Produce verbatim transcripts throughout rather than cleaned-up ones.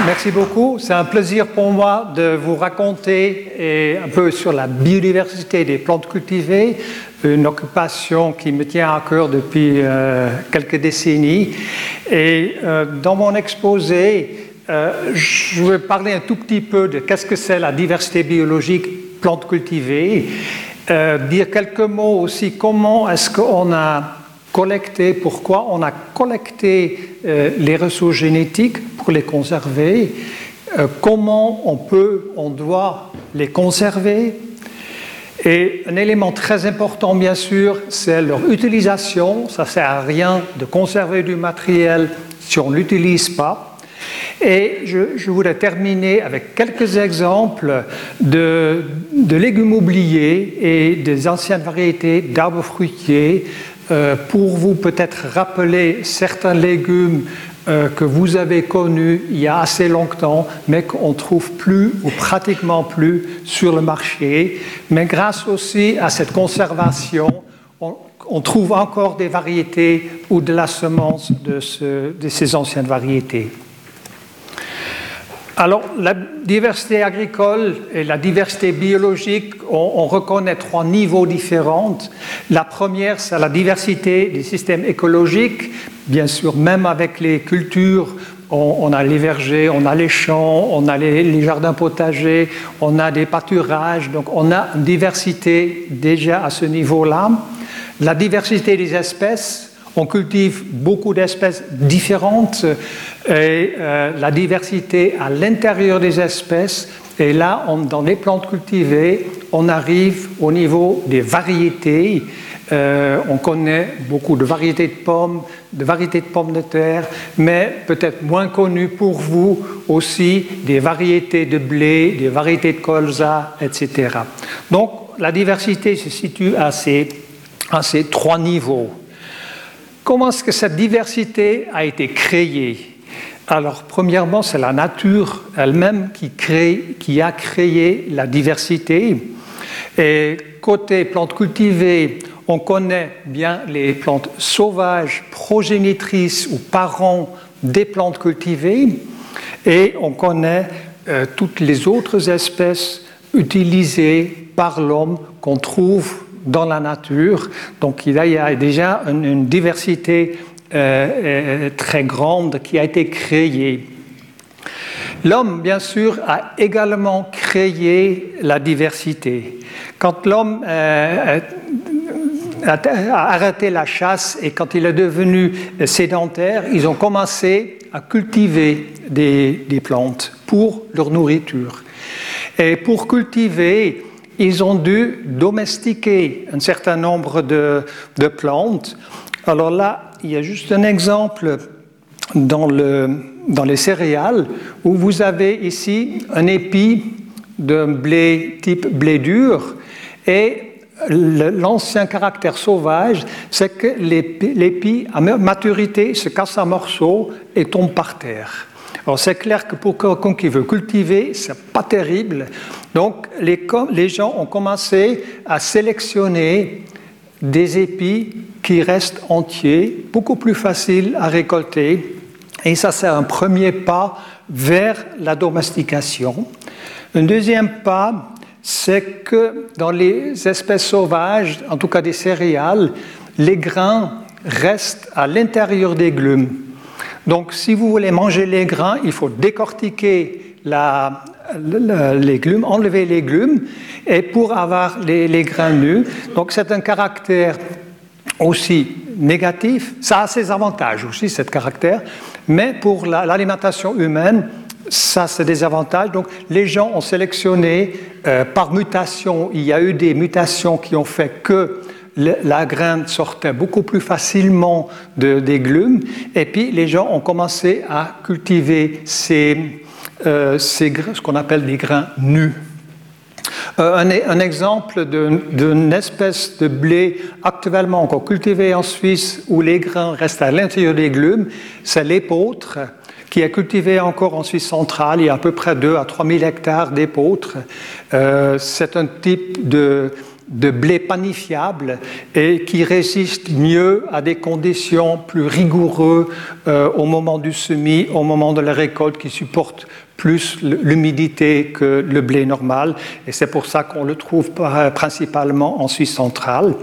Merci beaucoup. C'est un plaisir pour moi de vous raconter et un peu sur la biodiversité des plantes cultivées, une occupation qui me tient à cœur depuis euh, quelques décennies. Et euh, dans mon exposé, euh, je vais parler un tout petit peu de qu'est-ce que c'est la diversité biologique plantes cultivées, euh, dire quelques mots aussi comment est-ce qu'on a collecté, pourquoi on a collecté euh, les ressources génétiques pour les conserver, euh, comment on peut, on doit les conserver. Et un élément très important, bien sûr, c'est leur utilisation. Ça ne sert à rien de conserver du matériel si on ne l'utilise pas. Et je, je voudrais terminer avec quelques exemples de, de légumes oubliés et des anciennes variétés d'arbres fruitiers, Euh, pour vous peut-être rappeler certains légumes euh, que vous avez connus il y a assez longtemps, mais qu'on ne trouve plus ou pratiquement plus sur le marché. Mais grâce aussi à cette conservation, on, on trouve encore des variétés ou de la semence de, ce, de ces anciennes variétés. Alors, la diversité agricole et la diversité biologique, on, on reconnaît trois niveaux différents. La première, c'est la diversité des systèmes écologiques. Bien sûr, même avec les cultures, on, on a les vergers, on a les champs, on a les, les jardins potagers, on a des pâturages. Donc, on a une diversité déjà à ce niveau-là. La diversité des espèces. On cultive beaucoup d'espèces différentes et euh, la diversité à l'intérieur des espèces. Et là, on, dans les plantes cultivées, on arrive au niveau des variétés. Euh, on connaît beaucoup de variétés de pommes, de variétés de pommes de terre, mais peut-être moins connues pour vous aussi des variétés de blé, des variétés de colza, et cetera. Donc, la diversité se situe à ces, à ces trois niveaux. Comment est-ce que cette diversité a été créée? Alors, premièrement, c'est la nature elle-même qui, crée, qui a créé la diversité. Et côté plantes cultivées, on connaît bien les plantes sauvages, progénitrices ou parents des plantes cultivées. Et on connaît euh, toutes les autres espèces utilisées par l'homme qu'on trouve dans la nature. Donc il y a déjà une, une diversité euh, très grande qui a été créée. L'homme, bien sûr, a également créé la diversité. Quand l'homme euh, a arrêté la chasse et quand il est devenu sédentaire, ils ont commencé à cultiver des, des plantes pour leur nourriture. Et pour cultiver, ils ont dû domestiquer un certain nombre de, de plantes. Alors là, il y a juste un exemple dans, le, dans les céréales où vous avez ici un épi d'un blé type blé dur et l'ancien caractère sauvage, c'est que l'épi à maturité se casse en morceaux et tombe par terre. Alors c'est clair que pour quelqu'un qui veut cultiver, c'est pas terrible. Donc les, les gens ont commencé à sélectionner des épis qui restent entiers, beaucoup plus faciles à récolter. Et ça, c'est un premier pas vers la domestication. Un deuxième pas, c'est que dans les espèces sauvages, en tout cas des céréales, les grains restent à l'intérieur des glumes. Donc, si vous voulez manger les grains, il faut décortiquer la, la, les glumes, enlever les glumes, et pour avoir les, les grains nus. Donc, c'est un caractère aussi négatif. Ça a ses avantages aussi, ce caractère, mais pour la, l'alimentation humaine, ça, c'est des avantages. Donc, les gens ont sélectionné euh, par mutation. Il y a eu des mutations qui ont fait que la graine sortait beaucoup plus facilement de, des glumes, et puis les gens ont commencé à cultiver ces, euh, ces, ce qu'on appelle des grains nus. Euh, un, un exemple d'une espèce de blé actuellement encore cultivé en Suisse où les grains restent à l'intérieur des glumes, c'est l'épeautre, qui est cultivé encore en Suisse centrale. Il y a à peu près deux à trois mille hectares d'épeautre. Euh, c'est un type de de blé panifiable et qui résiste mieux à des conditions plus rigoureuses euh, au moment du semis, au moment de la récolte, qui supporte plus l'humidité que le blé normal. Et c'est pour ça qu'on le trouve principalement en Suisse centrale.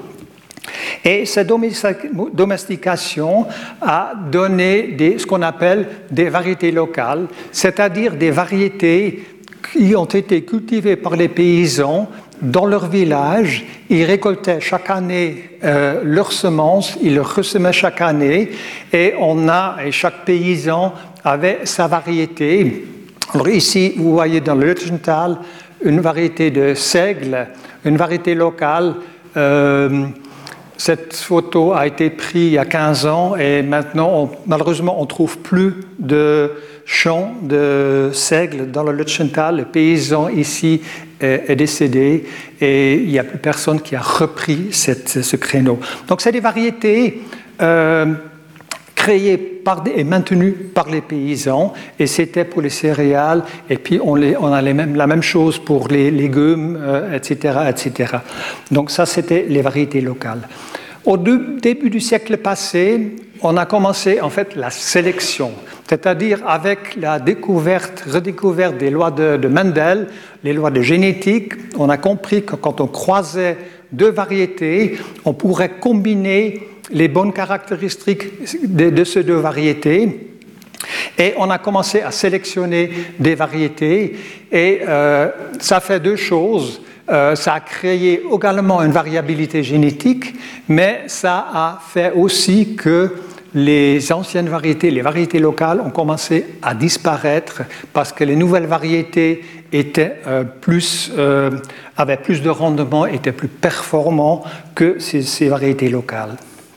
Et cette domestication a donné des, ce qu'on appelle des variétés locales, c'est-à-dire des variétés qui ont été cultivées par les paysans dans leur village. Ils récoltaient chaque année euh, leurs semences, ils les ressemaient chaque année, et on a, et chaque paysan avait sa variété. Alors ici, vous voyez dans le Lutschental une variété de seigle, une variété locale. Euh, cette photo a été prise il y a quinze ans et maintenant, on, malheureusement, on ne trouve plus de champs de seigle dans le Lutschental. Le paysan ici est, est décédé et il n'y a plus personne qui a repris cette, ce créneau. Donc, c'est des variétés euh, créées par des, et maintenues par les paysans, et c'était pour les céréales, et puis on, les, on a les mêmes, la même chose pour les légumes, euh, et cetera, et cetera. Donc ça, c'était les variétés locales. Au début du siècle passé, on a commencé en fait la sélection, c'est-à-dire avec la découverte, redécouverte des lois de, de Mendel, les lois de génétique, on a compris que quand on croisait deux variétés, on pourrait combiner les bonnes caractéristiques de, de ces deux variétés. Et on a commencé à sélectionner des variétés, et euh, ça fait deux choses. Euh, ça a créé également une variabilité génétique, mais ça a fait aussi que les anciennes variétés, les variétés locales, ont commencé à disparaître parce que les nouvelles variétés étaient, euh, plus, euh, avaient plus de rendement, étaient plus performants que ces, ces variétés locales.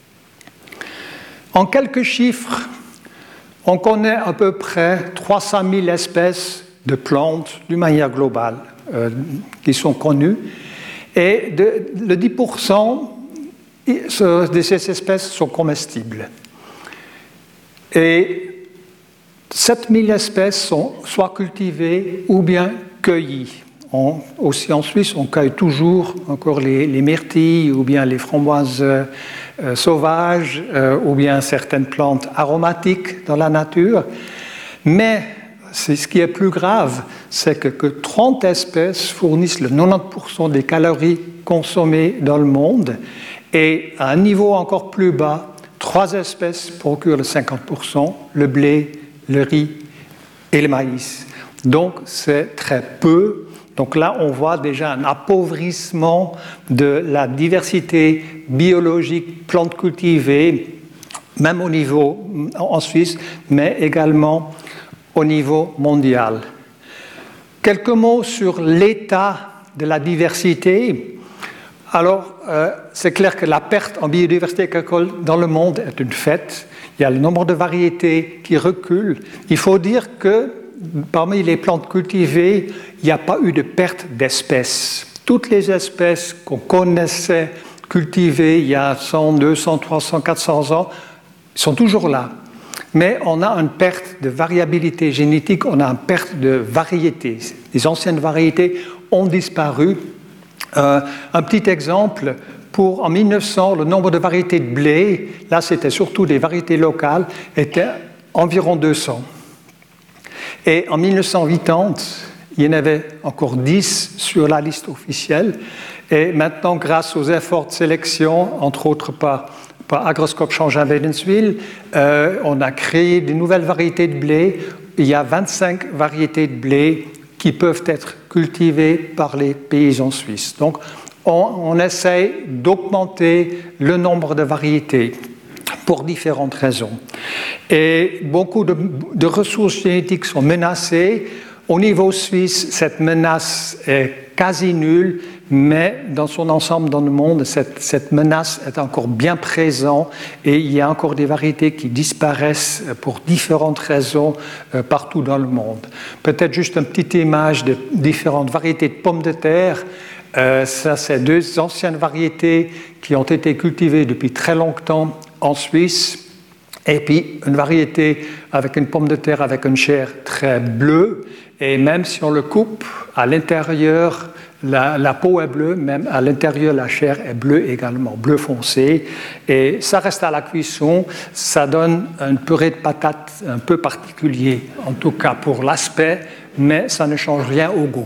En quelques chiffres, on connaît à peu près trois cent mille espèces de plantes d'une manière globale euh, qui sont connues, et de, le dix pour cent de ces espèces sont comestibles. Et sept mille espèces sont soit cultivées ou bien cueillies. On, aussi en Suisse, on cueille toujours encore les, les myrtilles ou bien les framboises euh, sauvages euh, ou bien certaines plantes aromatiques dans la nature. Mais c'est, ce qui est plus grave, c'est que, que trente espèces fournissent le quatre-vingt-dix pour cent des calories consommées dans le monde, et à un niveau encore plus bas, trois espèces procurent le cinquante pour cent, le blé, le riz et le maïs. Donc c'est très peu. Donc là, on voit déjà un appauvrissement de la diversité biologique, plantes cultivées, même au niveau en Suisse, mais également au niveau mondial. Quelques mots sur l'état de la diversité. Alors, euh, c'est clair que la perte en biodiversité agricole dans le monde est une fait. Il y a le nombre de variétés qui recule. Il faut dire que parmi les plantes cultivées, il n'y a pas eu de perte d'espèces. Toutes les espèces qu'on connaissait cultivées il y a cent, deux cents, trois cents, quatre cents ans sont toujours là. Mais on a une perte de variabilité génétique, on a une perte de variété. Les anciennes variétés ont disparu. Euh, un petit exemple, pour en mille neuf cents, le nombre de variétés de blé, là c'était surtout des variétés locales, était environ deux cents. Et en mille neuf cent quatre-vingt-dix, il y en avait encore dix sur la liste officielle. Et maintenant, grâce aux efforts de sélection, entre autres par, par Agroscope Changin-Wädenswil, euh, on a créé de nouvelles variétés de blé. Il y a vingt-cinq variétés de blé qui peuvent être cultivées par les paysans suisses. Donc, on, on essaye d'augmenter le nombre de variétés pour différentes raisons. Et beaucoup de, de ressources génétiques sont menacées. Au niveau suisse, cette menace est quasi nulle, mais dans son ensemble dans le monde, cette, cette menace est encore bien présente et il y a encore des variétés qui disparaissent pour différentes raisons euh, partout dans le monde. Peut-être juste une petite image de différentes variétés de pommes de terre. Euh, ça, c'est deux anciennes variétés qui ont été cultivées depuis très longtemps en Suisse. Et puis une variété avec une pomme de terre avec une chair très bleue. Et même si on le coupe, à l'intérieur, la, la peau est bleue, même à l'intérieur, la chair est bleue également, bleu foncé. Et ça reste à la cuisson, ça donne un purée de patates un peu particulier, en tout cas pour l'aspect, mais ça ne change rien au goût.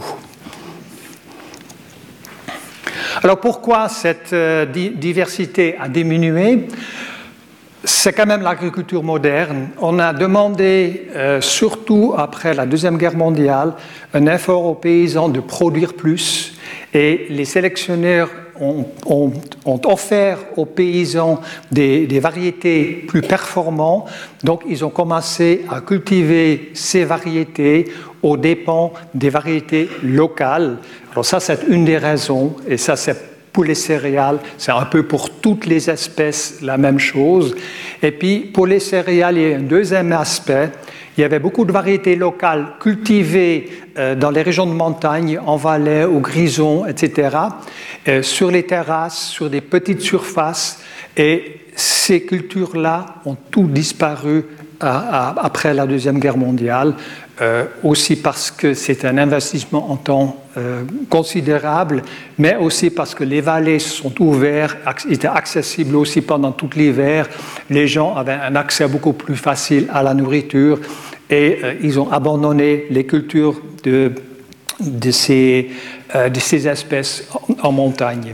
Alors pourquoi cette euh, diversité a diminué? C'est quand même l'agriculture moderne. On a demandé, euh, surtout après la Deuxième Guerre mondiale, un effort aux paysans de produire plus. Et les sélectionneurs ont, ont, ont offert aux paysans des, des variétés plus performantes. Donc, ils ont commencé à cultiver ces variétés aux dépens des variétés locales. Alors ça, c'est une des raisons. Et ça, c'est pour les céréales, c'est un peu pour toutes les espèces la même chose. Et puis, pour les céréales, il y a un deuxième aspect. Il y avait beaucoup de variétés locales cultivées euh, dans les régions de montagne, en Valais, au Grison, et cetera, euh, sur les terrasses, sur des petites surfaces. Et ces cultures-là ont toutes disparu à, à, après la Deuxième Guerre mondiale. Euh, aussi parce que c'est un investissement en temps euh, considérable, mais aussi parce que les vallées se sont ouvertes, étaient accessibles aussi pendant tout l'hiver. Les gens avaient un accès beaucoup plus facile à la nourriture et euh, ils ont abandonné les cultures de, de, ces, euh, de ces espèces en, en montagne.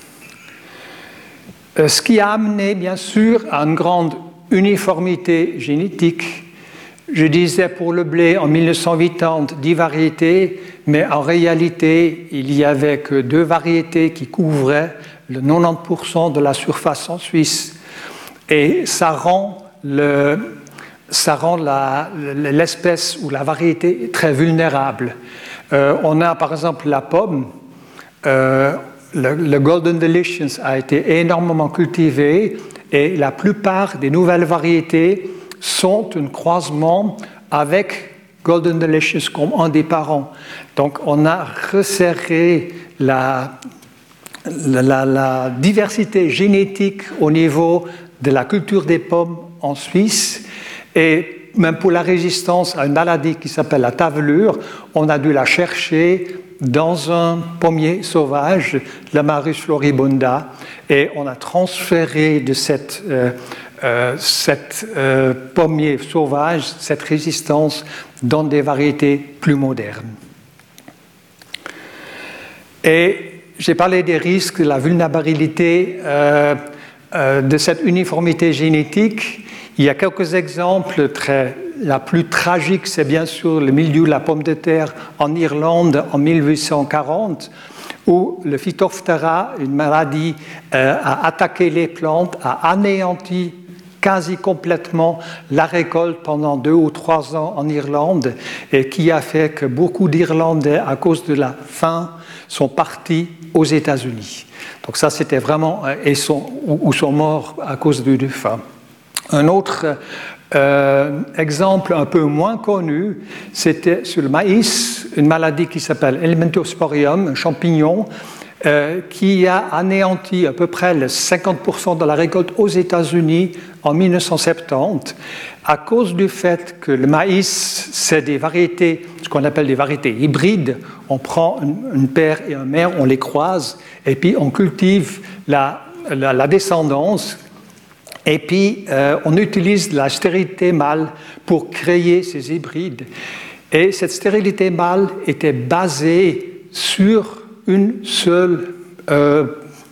Euh, ce qui a amené, bien sûr, à une grande uniformité génétique. Je disais pour le blé en mille neuf cent quatre-vingt-dix dix variétés, mais en réalité, il n'y avait que deux variétés qui couvraient le quatre-vingt-dix pour cent de la surface en Suisse. Et ça rend, le, ça rend la, l'espèce ou la variété très vulnérable. Euh, on a par exemple la pomme. Euh, le, le Golden Delicious a été énormément cultivé et la plupart des nouvelles variétés sont un croisement avec Golden Delicious comme un des parents. Donc on a resserré la, la, la, la diversité génétique au niveau de la culture des pommes en Suisse. Et même pour la résistance à une maladie qui s'appelle la tavelure, on a dû la chercher dans un pommier sauvage, l'Amarus floribunda, et on a transféré de cette... Euh, Euh, cette euh, pommier sauvage, cette résistance dans des variétés plus modernes. Et j'ai parlé des risques, de la vulnérabilité euh, euh, de cette uniformité génétique. Il y a quelques exemples. Très, la plus tragique, c'est bien sûr le mildiou de la pomme de terre en Irlande en mille huit cent quarante, où le Phytophthora, une maladie, euh, a attaqué les plantes, a anéanti quasi complètement la récolte pendant deux ou trois ans en Irlande et qui a fait que beaucoup d'Irlandais, à cause de la faim, sont partis aux États-Unis. Donc ça, c'était vraiment... et sont, ou sont morts à cause de, de faim. Un autre euh, exemple un peu moins connu, c'était sur le maïs, une maladie qui s'appelle Helminthosporium, un champignon, Euh, qui a anéanti à peu près le cinquante pour cent de la récolte aux États-Unis en mille neuf cent soixante-dix, à cause du fait que le maïs, c'est des variétés, ce qu'on appelle des variétés hybrides. On prend une, une paire et un mère, on les croise, et puis on cultive la, la, la descendance, et puis euh, on utilise la stérilité mâle pour créer ces hybrides. Et cette stérilité mâle était basée sur une seule euh,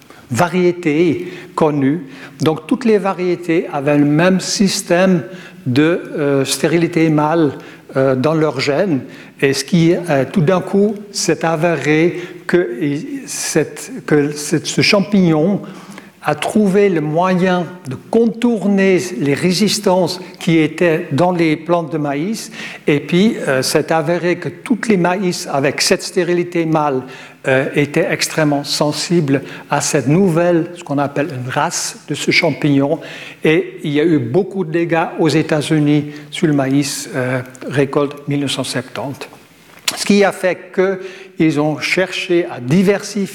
variété connue. Donc toutes les variétés avaient le même système de euh, stérilité mâle euh, dans leur gène. Et ce qui, euh, tout d'un coup, s'est avéré que, cette, que cette, ce champignon a trouvé le moyen de contourner les résistances qui étaient dans les plantes de maïs, et puis euh, c'est avéré que toutes les maïs avec cette stérilité mâle euh, étaient extrêmement sensibles à cette nouvelle, ce qu'on appelle une race de ce champignon, et il y a eu beaucoup de dégâts aux États-Unis sur le maïs euh, récolte mille neuf cent soixante-dix. Ce qui a fait qu'ils ont cherché à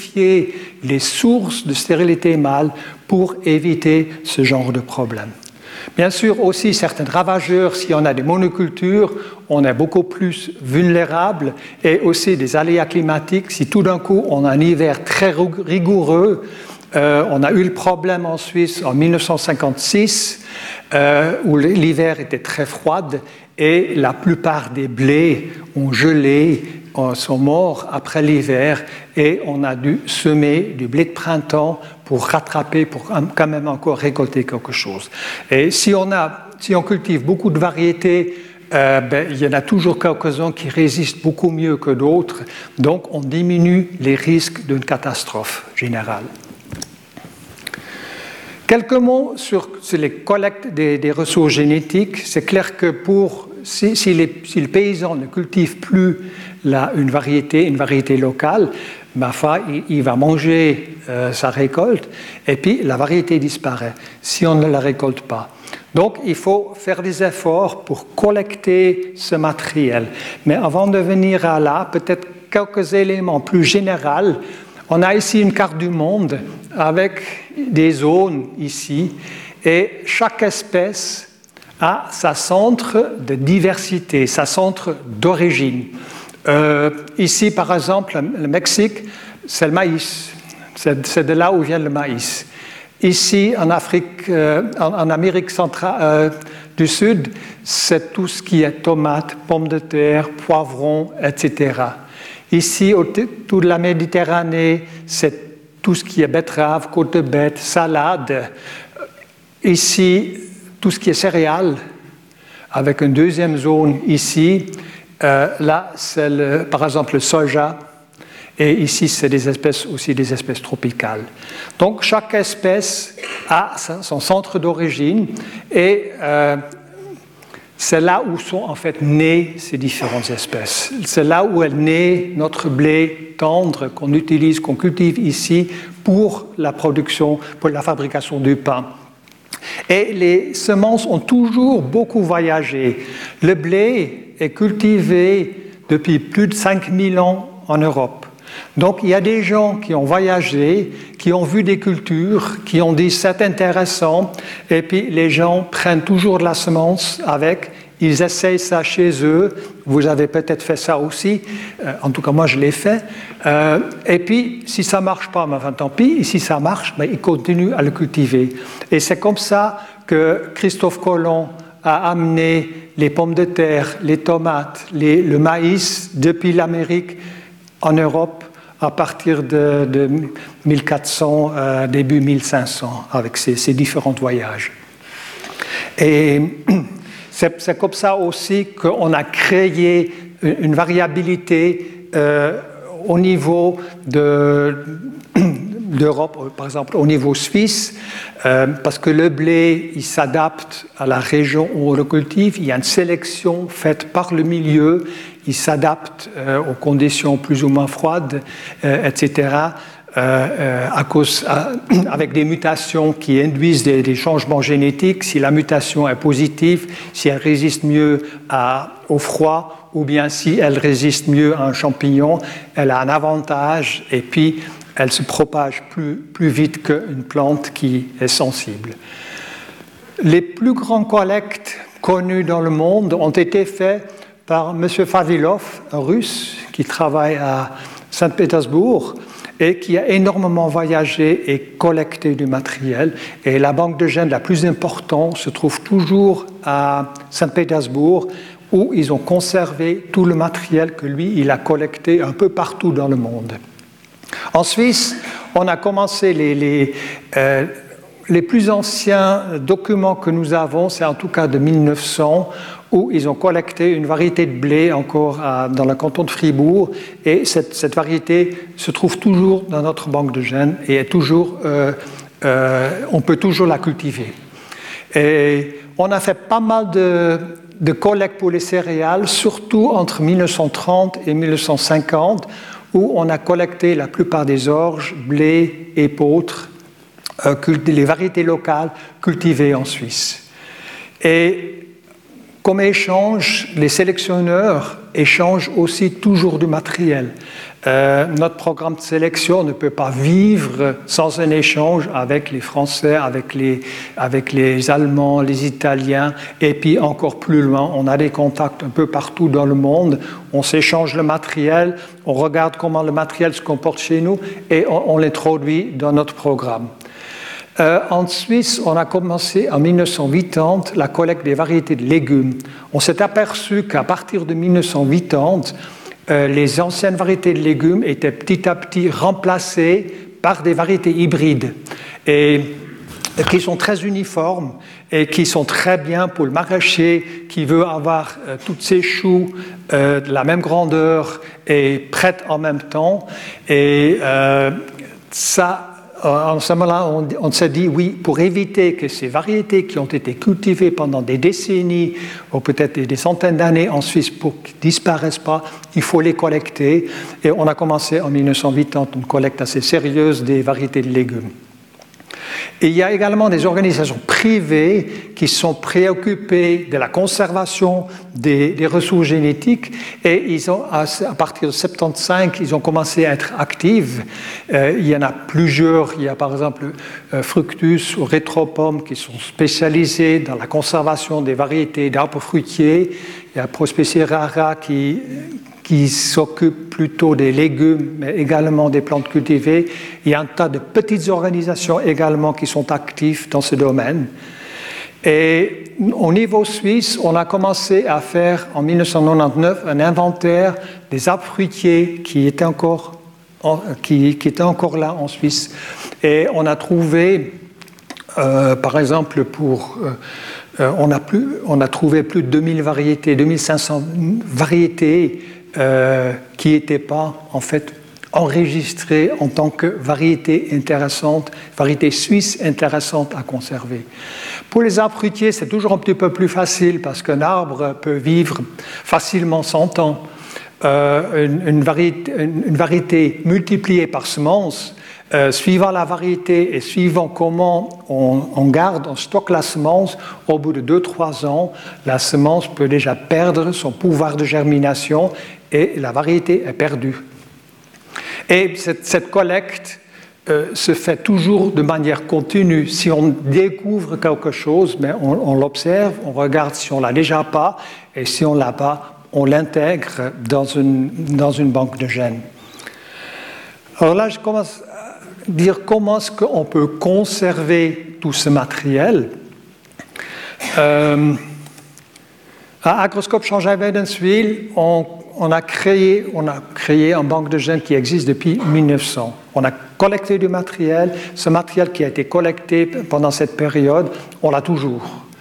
diversifier les sources de stérilité mâle pour éviter ce genre de problème. Bien sûr, aussi, certains ravageurs, si on a des monocultures, on est beaucoup plus vulnérable, et aussi des aléas climatiques. Si tout d'un coup, on a un hiver très rigoureux, euh, on a eu le problème en Suisse en mille neuf cent cinquante-six, euh, où l'hiver était très froid, et la plupart des blés ont gelé, sont morts après l'hiver, et on a dû semer du blé de printemps pour rattraper, pour quand même encore récolter quelque chose. Et si on, a, si on cultive beaucoup de variétés, euh, ben, il y en a toujours quelques-uns qui résistent beaucoup mieux que d'autres, donc on diminue les risques d'une catastrophe générale. Quelques mots sur, sur les collectes des, des ressources génétiques. C'est clair que pour, si, si, les, si le paysan ne cultive plus la, une variété, une variété locale, ma foi, il, il va manger euh, sa récolte et puis la variété disparaît si on ne la récolte pas. Donc, il faut faire des efforts pour collecter ce matériel. Mais avant de venir à là, peut-être quelques éléments plus généraux. On a ici une carte du monde avec des zones ici et chaque espèce a sa centre de diversité, sa centre d'origine. Euh, ici, par exemple, le Mexique, c'est le maïs. C'est, c'est de là où vient le maïs. Ici, en, Afrique, euh, en, en Amérique centrale euh, du Sud, c'est tout ce qui est tomates, pommes de terre, poivrons, et cetera. Ici, autour de la Méditerranée, c'est tout ce qui est betterave, côte de bête, salade. Ici, tout ce qui est céréales, avec une deuxième zone ici. Euh, là, c'est le, par exemple le soja. Et ici, c'est des espèces, aussi des espèces tropicales. Donc, chaque espèce a son centre d'origine et euh, c'est là où sont en fait nées ces différentes espèces. C'est là où est né notre blé tendre qu'on utilise, qu'on cultive ici pour la production, pour la fabrication du pain. Et les semences ont toujours beaucoup voyagé. Le blé est cultivé depuis plus de cinq mille ans en Europe. Donc il y a des gens qui ont voyagé, qui ont vu des cultures, qui ont dit c'est intéressant, et puis les gens prennent toujours de la semence avec, ils essayent ça chez eux, vous avez peut-être fait ça aussi, euh, en tout cas moi je l'ai fait, euh, et puis si ça ne marche pas, ben, enfin, tant pis, et si ça marche, ben, ils continuent à le cultiver. Et c'est comme ça que Christophe Colomb a amené les pommes de terre, les tomates, les, le maïs depuis l'Amérique en Europe à partir de, de mille quatre cents, euh, début mille cinq cents, avec ces, ces différents voyages. Et c'est, c'est comme ça aussi qu'on a créé une, une variabilité euh, au niveau de, d'Europe, par exemple au niveau suisse, euh, parce que le blé, il s'adapte à la région où on le cultive, il y a une sélection faite par le milieu, il s'adapte euh, aux conditions plus ou moins froides, euh, et cetera, euh, euh, à cause, à, avec des mutations qui induisent des, des changements génétiques. Si la mutation est positive, si elle résiste mieux à, au froid, ou bien si elle résiste mieux à un champignon, elle a un avantage, et puis elle se propage plus, plus vite qu'une plante qui est sensible. Les plus grandes collectes connues dans le monde ont été faites par M. Vavilov, un russe qui travaille à Saint-Pétersbourg et qui a énormément voyagé et collecté du matériel. Et la banque de gènes la plus importante se trouve toujours à Saint-Pétersbourg, où ils ont conservé tout le matériel que lui, il a collecté un peu partout dans le monde. En Suisse, on a commencé les, les, euh, les plus anciens documents que nous avons, c'est en tout cas de mille neuf cents, où ils ont collecté une variété de blé encore à, dans le canton de Fribourg, et cette, cette variété se trouve toujours dans notre banque de gènes et est toujours, euh, euh, on peut toujours la cultiver. Et on a fait pas mal de, de collectes pour les céréales, surtout entre mille neuf cent trente et mille neuf cent cinquante, où on a collecté la plupart des orges, blé, épeautres, euh, les variétés locales cultivées en Suisse. Et comme échange, les sélectionneurs échangent aussi toujours du matériel. Euh, notre programme de sélection ne peut pas vivre sans un échange avec les Français, avec les, avec les Allemands, les Italiens, et puis encore plus loin, on a des contacts un peu partout dans le monde, on s'échange le matériel, on regarde comment le matériel se comporte chez nous et on, on l'introduit dans notre programme. Euh, en Suisse, on a commencé en mille neuf cent quatre-vingt-dix la collecte des variétés de légumes. On s'est aperçu qu'à partir de mille neuf cent quatre-vingt-dix, euh, les anciennes variétés de légumes étaient petit à petit remplacées par des variétés hybrides et, et qui sont très uniformes et qui sont très bien pour le maraîcher qui veut avoir euh, toutes ses choux euh, de la même grandeur et prêtes en même temps. Et euh, ça... En ce moment-là, on, on s'est dit, oui, pour éviter que ces variétés qui ont été cultivées pendant des décennies, ou peut-être des centaines d'années en Suisse, pour qu'ils ne disparaissent pas, il faut les collecter. Et on a commencé en mille neuf cent quatre-vingt-dix une collecte assez sérieuse des variétés de légumes. Et il y a également des organisations privées qui sont préoccupées de la conservation des, des ressources génétiques et ils ont, à, à partir de mille neuf cent soixante-quinze, ils ont commencé à être actives. Euh, il y en a plusieurs, il y a par exemple euh, Fructus ou Rétropome qui sont spécialisés dans la conservation des variétés d'arbres fruitiers. Il y a Prospecie rara qui... qui s'occupent plutôt des légumes, mais également des plantes cultivées. Il y a un tas de petites organisations également qui sont actives dans ce domaine. Et au niveau suisse, on a commencé à faire en mille neuf cent quatre-vingt-dix-neuf un inventaire des arbres fruitiers qui étaient encore, qui, qui étaient encore là en Suisse. Et on a trouvé, euh, par exemple, pour... Euh, euh, on, a plus, on a trouvé plus de deux mille variétés, deux mille cinq cents variétés Euh, qui n'étaient pas en fait enregistrées en tant que variétés intéressantes, variétés suisses intéressantes à conserver. Pour les arbres fruitiers, c'est toujours un petit peu plus facile parce qu'un arbre peut vivre facilement cent ans. Euh, une, une, variété, une, une variété multipliée par semence, euh, suivant la variété et suivant comment on, on garde, on stocke la semence, au bout de deux à trois ans, la semence peut déjà perdre son pouvoir de germination et la variété est perdue. Et cette, cette collecte euh, se fait toujours de manière continue. Si on découvre quelque chose, ben on, on l'observe, on regarde si on ne l'a déjà pas, et si on ne l'a pas, on l'intègre dans une, dans une banque de gènes. Alors là, je commence à dire comment est-ce qu'on peut conserver tout ce matériel. Euh, à Agroscope Changin-Wädenswil, on On a, créé, on a créé une banque de gènes qui existe depuis mille neuf cents. On a collecté du matériel. Ce matériel qui a été collecté pendant cette période, on l'a toujours.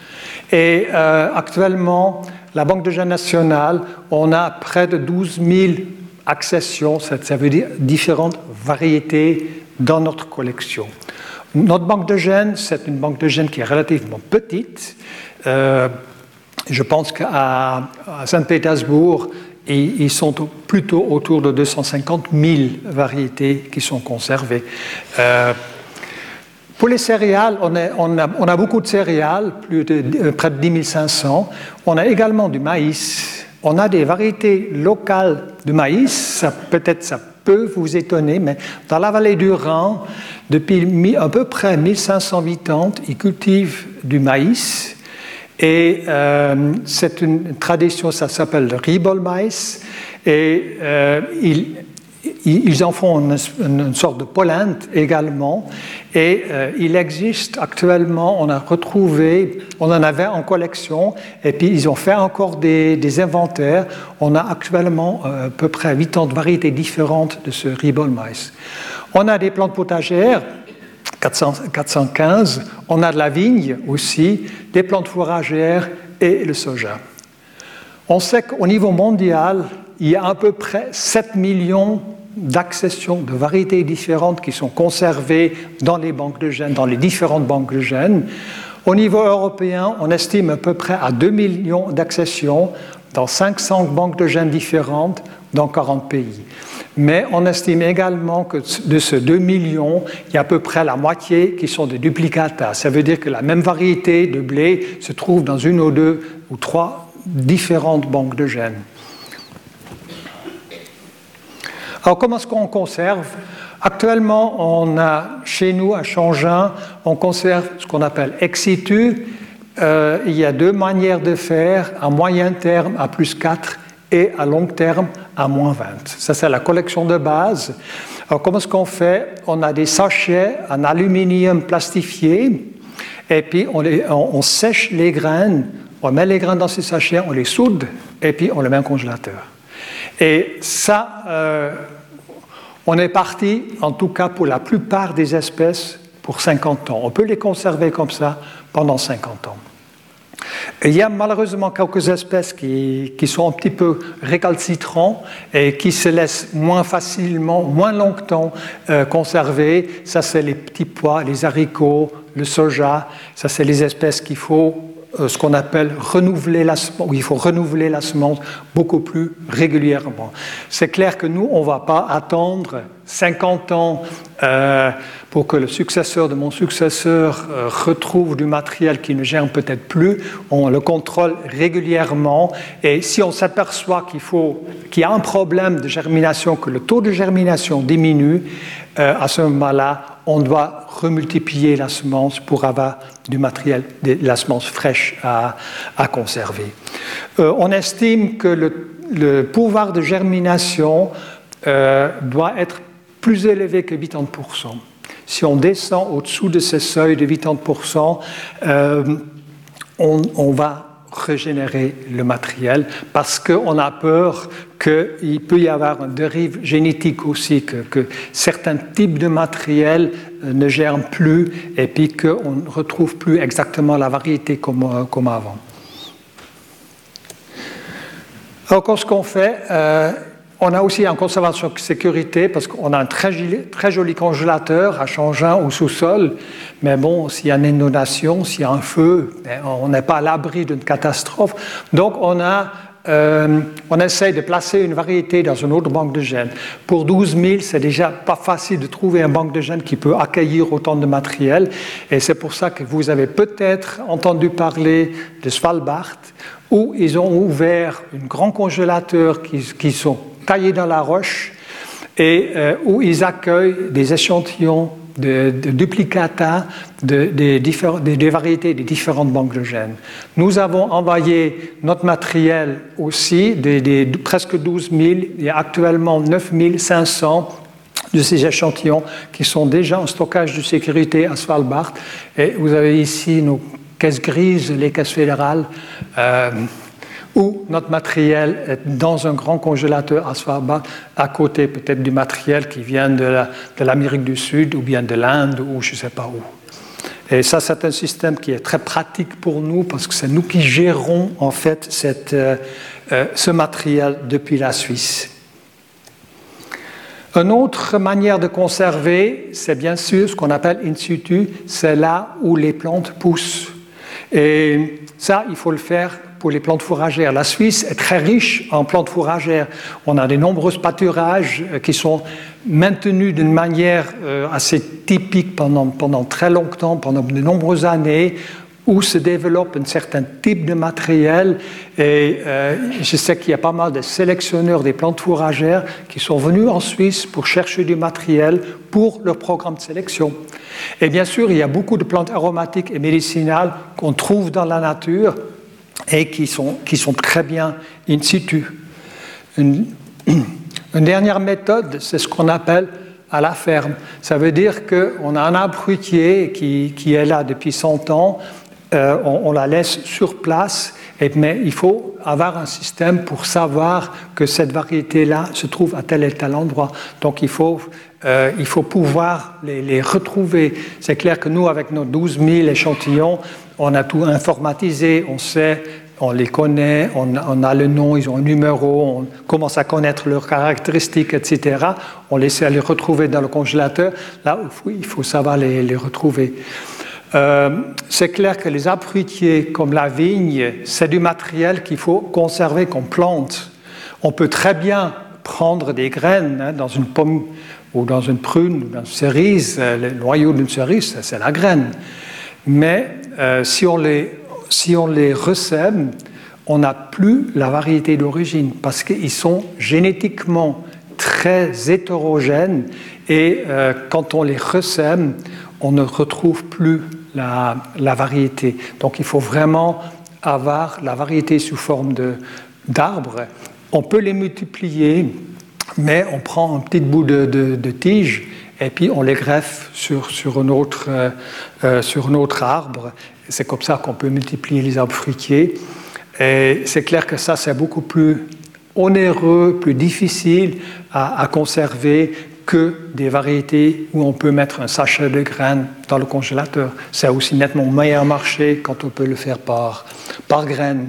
Et euh, actuellement, la Banque de gènes nationale, on a près de douze mille accessions, ça, ça veut dire différentes variétés dans notre collection. Notre banque de gènes, c'est une banque de gènes qui est relativement petite. Euh, je pense qu'à Saint-Pétersbourg, et ils sont plutôt autour de deux cent cinquante mille variétés qui sont conservées. Euh, pour les céréales, on, est, on, a, on a beaucoup de céréales, plus de, de, près de dix mille cinq cents. On a également du maïs. On a des variétés locales de maïs. Ça, peut-être ça peut vous étonner, mais dans la vallée du Rhin, depuis à peu près mille cinq cent habitants, ils cultivent du maïs. Et euh, c'est une tradition, ça s'appelle le Riebolmaïs, et euh, ils, ils en font une, une sorte de polenta également. Et euh, il existe actuellement, on a retrouvé, on en avait en collection, et puis ils ont fait encore des, des inventaires. On a actuellement euh, à peu près huit ans de variétés différentes de ce Riebolmaïs. On a des plantes potagères. quatre cent quinze, on a de la vigne aussi, des plantes fourragères et le soja. On sait qu'au niveau mondial, il y a à peu près sept millions d'accessions de variétés différentes qui sont conservées dans les banques de gènes, dans les différentes banques de gènes. Au niveau européen, on estime à peu près à deux millions d'accessions dans cinq cents banques de gènes différentes dans quarante pays. Mais on estime également que de ces deux millions, il y a à peu près la moitié qui sont des duplicata. Ça veut dire que la même variété de blé se trouve dans une ou deux ou trois différentes banques de gènes. Alors, comment est-ce qu'on conserve? Actuellement, on a, chez nous, à Changin, on conserve ce qu'on appelle ex situ. Euh, il y a deux manières de faire, à moyen terme à plus quatre et à long terme à moins vingt. Ça, c'est la collection de base. Alors, comment est-ce qu'on fait? On a des sachets en aluminium plastifié et puis on, les, on, on sèche les graines, on met les graines dans ces sachets, on les soude et puis on les met en congélateur. Et ça, euh, on est parti, en tout cas pour la plupart des espèces, pour cinquante ans. On peut les conserver comme ça pendant cinquante ans. Et il y a malheureusement quelques espèces qui, qui sont un petit peu récalcitrants et qui se laissent moins facilement, moins longtemps euh, conserver. Ça, c'est les petits pois, les haricots, le soja. Ça, c'est les espèces qu'il faut, euh, ce qu'on appelle renouveler la semence, où il faut renouveler la semence beaucoup plus régulièrement. C'est clair que nous, on ne va pas attendre cinquante ans euh, pour que le successeur de mon successeur euh, retrouve du matériel qui ne germe peut-être plus. On le contrôle régulièrement et si on s'aperçoit qu'il faut, qu'il y a un problème de germination, que le taux de germination diminue, euh, à ce moment-là, on doit remultiplier la semence pour avoir du matériel, de la semence fraîche à, à conserver. Euh, on estime que le, le pouvoir de germination euh, doit être plus élevé que quatre-vingt-dix pour cent. Si on descend au-dessous de ce seuil de quatre-vingt-dix pour cent, euh, on, on va régénérer le matériel parce qu'on a peur qu'il peut y avoir une dérive génétique aussi, que, que certains types de matériel ne germent plus et puis qu'on ne retrouve plus exactement la variété comme, comme avant. Alors, qu'est-ce qu'on fait? euh, On a aussi en conservation de sécurité parce qu'on a un très joli, très joli congélateur à Changin au sous-sol. Mais bon, s'il y a une inondation, s'il y a un feu, on n'est pas à l'abri d'une catastrophe. Donc on, a, euh, on essaye de placer une variété dans une autre banque de gènes. Pour douze mille, c'est déjà pas facile de trouver une banque de gènes qui peut accueillir autant de matériel. Et c'est pour ça que vous avez peut-être entendu parler de Svalbard, où ils ont ouvert un grand congélateur qui, qui sont taillés dans la roche et euh, où ils accueillent des échantillons de, de duplicata de, de, de, de, de variétés des différentes banques de gènes. Nous avons envoyé notre matériel aussi, de, de, de presque douze mille, il y a actuellement neuf mille cinq cents de ces échantillons qui sont déjà en stockage de sécurité à Svalbard. Et vous avez ici nos caisses grises, les caisses fédérales, euh, où notre matériel est dans un grand congélateur à Svalbard, à côté peut-être du matériel qui vient de, la, de l'Amérique du Sud ou bien de l'Inde ou je ne sais pas où. Et ça, c'est un système qui est très pratique pour nous parce que c'est nous qui gérons en fait cette, euh, euh, ce matériel depuis la Suisse. Une autre manière de conserver, c'est bien sûr ce qu'on appelle in situ, c'est là où les plantes poussent. Et ça, il faut le faire pour les plantes fourragères. La Suisse est très riche en plantes fourragères. On a de nombreux pâturages qui sont maintenus d'une manière assez typique pendant, pendant très longtemps, pendant de nombreuses années, où se développe un certain type de matériel. Et euh, je sais qu'il y a pas mal de sélectionneurs des plantes fourragères qui sont venus en Suisse pour chercher du matériel pour leur programme de sélection. Et bien sûr, il y a beaucoup de plantes aromatiques et médicinales qu'on trouve dans la nature et qui sont, qui sont très bien in situ. Une, une dernière méthode, c'est ce qu'on appelle à la ferme. Ça veut dire qu'on a un arbre fruitier qui, qui est là depuis cent ans, euh, on, on la laisse sur place, et, mais il faut avoir un système pour savoir que cette variété-là se trouve à tel et tel endroit. Donc il faut, euh, il faut pouvoir les, les retrouver. C'est clair que nous, avec nos douze mille échantillons, on a tout informatisé, on sait, on les connaît, on, on a le nom, ils ont un numéro, on commence à connaître leurs caractéristiques, et cetera. On les sait les retrouver dans le congélateur. Là, il faut savoir les, les retrouver. Euh, c'est clair que les arbres fruitiers, comme la vigne, c'est du matériel qu'il faut conserver comme plante. On peut très bien prendre des graines hein, dans une pomme ou dans une prune ou dans une cerise. Le noyau d'une cerise, c'est la graine. Mais euh, si, on les, si on les ressème, on n'a plus la variété d'origine parce qu'ils sont génétiquement très hétérogènes et euh, quand on les ressème, on ne retrouve plus la, la variété. Donc il faut vraiment avoir la variété sous forme de, d'arbres. On peut les multiplier, mais on prend un petit bout de, de, de tige et puis on les greffe sur, sur, un, autre, euh, sur un autre arbre. C'est comme ça qu'on peut multiplier les arbres fruitiers. Et c'est clair que ça, c'est beaucoup plus onéreux, plus difficile à, à conserver que des variétés où on peut mettre un sachet de graines dans le congélateur. C'est aussi nettement meilleur marché quand on peut le faire par, par graines.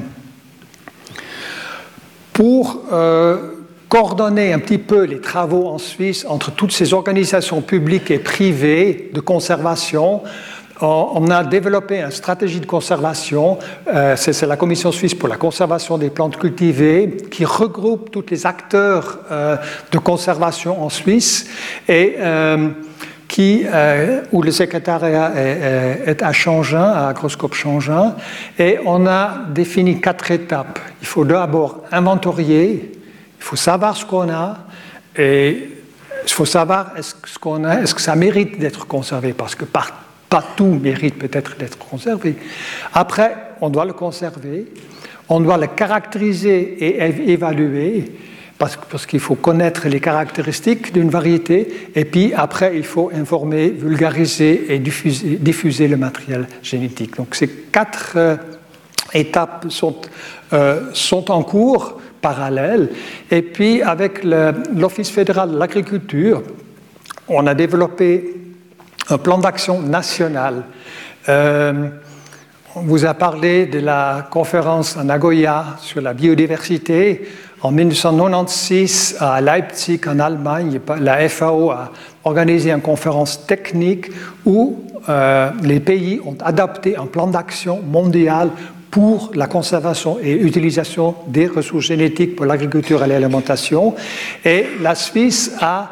Pour euh, coordonner un petit peu les travaux en Suisse entre toutes ces organisations publiques et privées de conservation, on a développé une stratégie de conservation, euh, c'est la Commission suisse pour la conservation des plantes cultivées, qui regroupe tous les acteurs euh, de conservation en Suisse et euh, qui, euh, où le secrétariat est, est à Changin, à Agroscope Changin, et on a défini quatre étapes. Il faut d'abord inventorier, il faut savoir ce qu'on a, et il faut savoir est-ce que ce qu'on a, est-ce que ça mérite d'être conservé, parce que par pas tout mérite peut-être d'être conservé. Après, on doit le conserver, on doit le caractériser et évaluer, parce, parce qu'il faut connaître les caractéristiques d'une variété, et puis après, il faut informer, vulgariser et diffuser, diffuser le matériel génétique. Donc ces quatre euh, étapes sont, euh, sont en cours, parallèles, et puis avec le, l'Office fédéral de l'agriculture, on a développé un plan d'action national. Euh, on vous a parlé de la conférence à Nagoya sur la biodiversité. En mille neuf cent quatre-vingt-seize, à Leipzig, en Allemagne, la F A O a organisé une conférence technique où euh, les pays ont adopté un plan d'action mondial pour la conservation et utilisation des ressources génétiques pour l'agriculture et l'alimentation. Et la Suisse a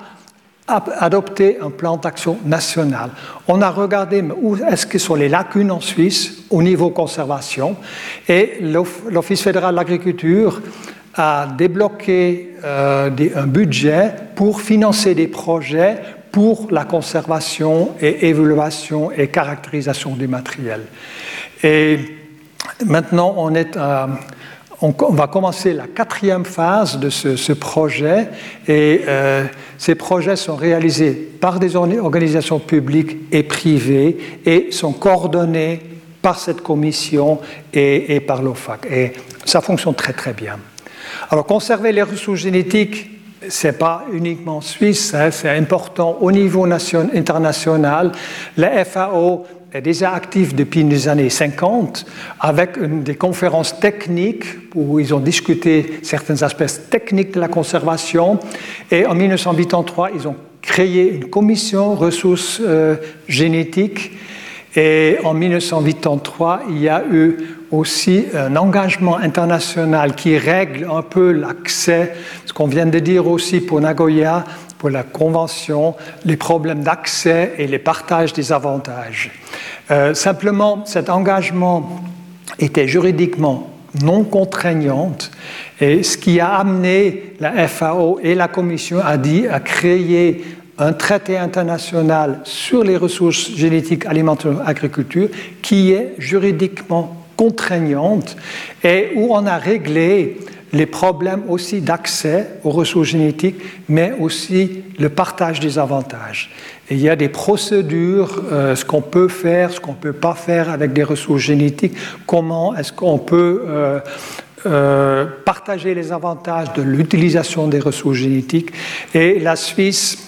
adopter un plan d'action national. On a regardé où est-ce que sont les lacunes en Suisse au niveau conservation et l'Office fédéral de l'agriculture a débloqué euh, des, un budget pour financer des projets pour la conservation et évaluation et caractérisation du matériel. Et maintenant, on est à On va commencer la quatrième phase de ce, ce projet et euh, ces projets sont réalisés par des organisations publiques et privées et sont coordonnés par cette commission et, et par l'O F A C. Et ça fonctionne très très bien. Alors conserver les ressources génétiques, ce n'est pas uniquement suisse, hein, c'est important au niveau nation, international. La F A O est déjà actif depuis les années cinquante avec une, des conférences techniques où ils ont discuté certains aspects techniques de la conservation et en mille neuf cent quatre-vingt-trois ils ont créé une commission ressources euh, génétiques et en mille neuf cent quatre-vingt-trois il y a eu aussi un engagement international qui règle un peu l'accès, ce qu'on vient de dire aussi pour Nagoya, pour la Convention, les problèmes d'accès et les partages des avantages. Euh, simplement, cet engagement était juridiquement non contraignant et ce qui a amené la F A O et la Commission a dit à créer un traité international sur les ressources génétiques alimentaires et agriculture qui est juridiquement contraignante et où on a réglé les problèmes aussi d'accès aux ressources génétiques, mais aussi le partage des avantages. Et il y a des procédures, euh, ce qu'on peut faire, ce qu'on ne peut pas faire avec des ressources génétiques, comment est-ce qu'on peut euh, euh, partager les avantages de l'utilisation des ressources génétiques. Et la Suisse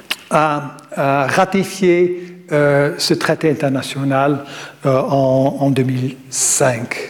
a, a ratifié euh, ce traité international euh, en, en deux mille cinq.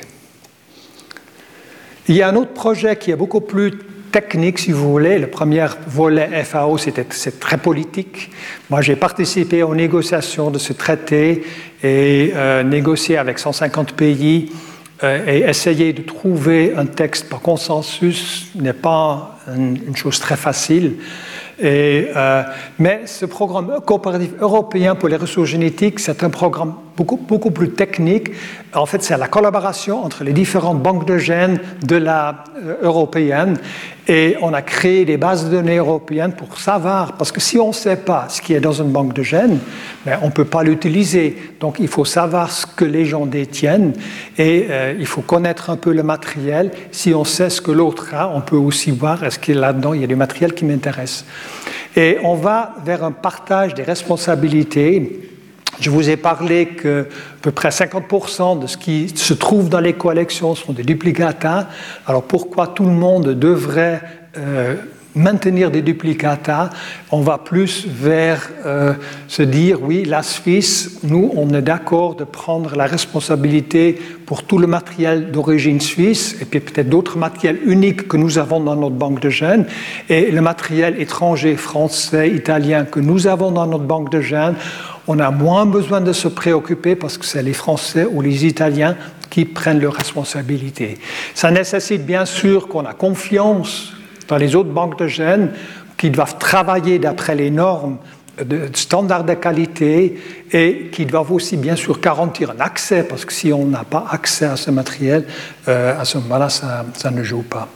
Il y a un autre projet qui est beaucoup plus technique, si vous voulez. Le premier volet F A O, c'était, c'est très politique. Moi, j'ai participé aux négociations de ce traité et euh, négocié avec cent cinquante pays euh, et essayer de trouver un texte par consensus n'est pas une, une chose très facile. Et, euh, mais ce programme coopératif européen pour les ressources génétiques, c'est un programme beaucoup, beaucoup plus technique. En fait, c'est la collaboration entre les différentes banques de gènes de la euh, européenne. Et on a créé des bases de données européennes pour savoir, parce que si on ne sait pas ce qui est dans une banque de gènes, ben, on ne peut pas l'utiliser. Donc il faut savoir ce que les gens détiennent et euh, il faut connaître un peu le matériel. Si on sait ce que l'autre a, on peut aussi voir est-ce qu'il y a là-dedans, il y a du matériel qui m'intéresse. Et on va vers un partage des responsabilités. Je vous ai parlé que à peu près cinquante pour cent de ce qui se trouve dans les collections sont des duplicata. Alors pourquoi tout le monde devrait euh, maintenir des duplicata? On va plus vers euh, se dire, oui, la Suisse, nous, on est d'accord de prendre la responsabilité pour tout le matériel d'origine suisse, et puis peut-être d'autres matériels uniques que nous avons dans notre banque de gènes, et le matériel étranger, français, italien, que nous avons dans notre banque de gènes, on a moins besoin de se préoccuper parce que c'est les Français ou les Italiens qui prennent leurs responsabilités. Ça nécessite bien sûr qu'on a confiance dans les autres banques de gènes qui doivent travailler d'après les normes de standards de qualité et qui doivent aussi bien sûr garantir un accès parce que si on n'a pas accès à ce matériel, euh, à ce moment-là, ça, ça ne joue pas.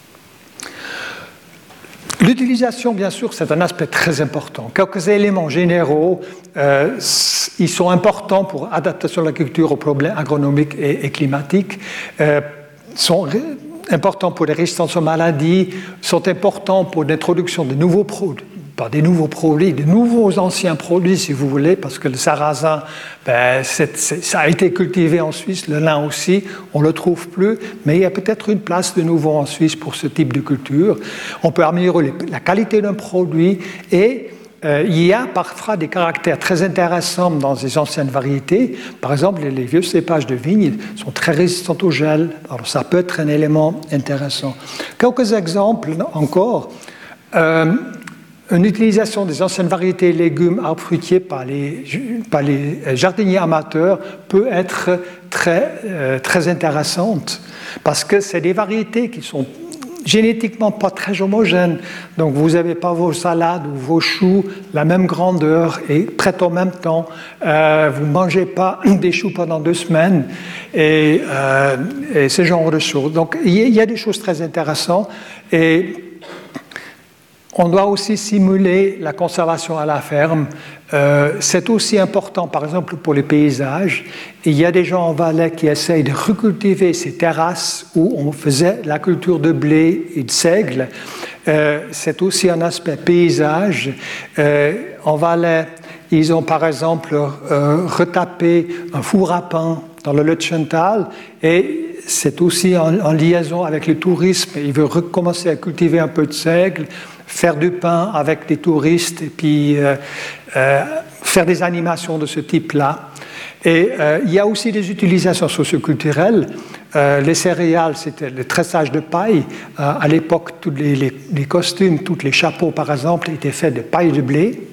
L'utilisation, bien sûr, c'est un aspect très important. Quelques éléments généraux, euh, ils sont importants pour l'adaptation de la culture aux problèmes agronomiques et, et climatiques, euh, sont importants pour les résistances aux maladies, sont importants pour l'introduction de nouveaux produits. Pas des nouveaux produits, de nouveaux anciens produits, si vous voulez, parce que le sarrasin, ben, c'est, c'est, ça a été cultivé en Suisse, le lin aussi, on ne le trouve plus, mais il y a peut-être une place de nouveau en Suisse pour ce type de culture. On peut améliorer la qualité d'un produit et euh, il y a parfois des caractères très intéressants dans les anciennes variétés. Par exemple, les, les vieux cépages de vigne sont très résistants au gel, alors ça peut être un élément intéressant. Quelques exemples encore. Euh, Une utilisation des anciennes variétés légumes, arbres fruitiers par les, par les jardiniers amateurs peut être très, euh, très intéressante parce que c'est des variétés qui sont génétiquement pas très homogènes. Donc vous n'avez pas vos salades ou vos choux la même grandeur et prêtes en même temps. Euh, vous ne mangez pas des choux pendant deux semaines et, euh, et ce genre de choses. Donc il y a des choses très intéressantes et on doit aussi simuler la conservation à la ferme. Euh, c'est aussi important, par exemple, pour les paysages. Il y a des gens en Valais qui essayent de recultiver ces terrasses où on faisait la culture de blé et de seigle. Euh, c'est aussi un aspect paysage. Euh, en Valais, ils ont par exemple euh, retapé un four à pain dans le Lutschental et c'est aussi en, en liaison avec le tourisme. Ils veulent recommencer à cultiver un peu de seigle, faire du pain avec des touristes et puis euh, euh, faire des animations de ce type-là. Et euh, il y a aussi des utilisations socioculturelles. Euh, les céréales, c'était le tressage de paille. Euh, à l'époque, tous les, les, les costumes, tous les chapeaux, par exemple, étaient faits de paille de blé.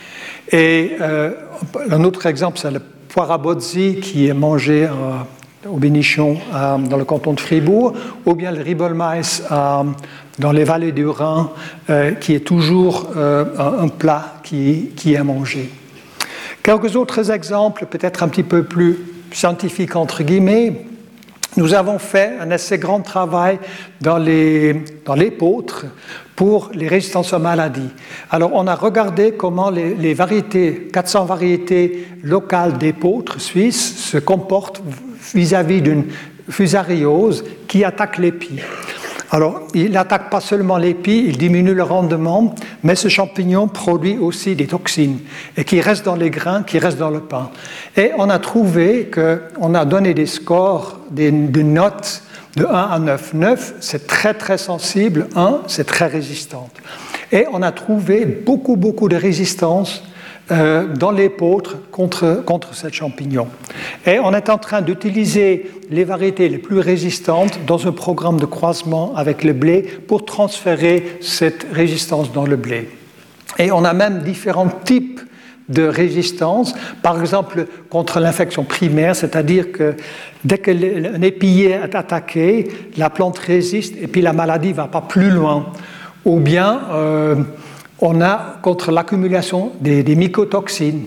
Et euh, un autre exemple, c'est le poire à bozzi qui est mangé euh, au Bénichon, euh, dans le canton de Fribourg, ou bien le ribolmaïs euh, dans les vallées du Rhin, euh, qui est toujours euh, un, un plat qui, qui est mangé. Quelques autres exemples, peut-être un petit peu plus scientifiques, entre guillemets. Nous avons fait un assez grand travail dans les, dans l'épeautre pour les résistances aux maladies. Alors, on a regardé comment les, les variétés, quatre cents variétés locales d'épeautre suisses se comportent vis-à-vis d'une fusariose qui attaque l'épi. Alors, il n'attaque pas seulement l'épi, il diminue le rendement, mais ce champignon produit aussi des toxines et qui restent dans les grains, qui restent dans le pain. Et on a trouvé qu'on a donné des scores, des, des notes de un à neuf. neuf, c'est très très sensible, un, c'est très résistante. Et on a trouvé beaucoup beaucoup de résistance Euh, dans l'épeautre contre, contre ce champignon. Et on est en train d'utiliser les variétés les plus résistantes dans un programme de croisement avec le blé pour transférer cette résistance dans le blé. Et on a même différents types de résistance, par exemple contre l'infection primaire, c'est-à-dire que dès qu'un épillé est attaqué, la plante résiste et puis la maladie ne va pas plus loin. Ou bien... Euh, on a contre l'accumulation des, des mycotoxines.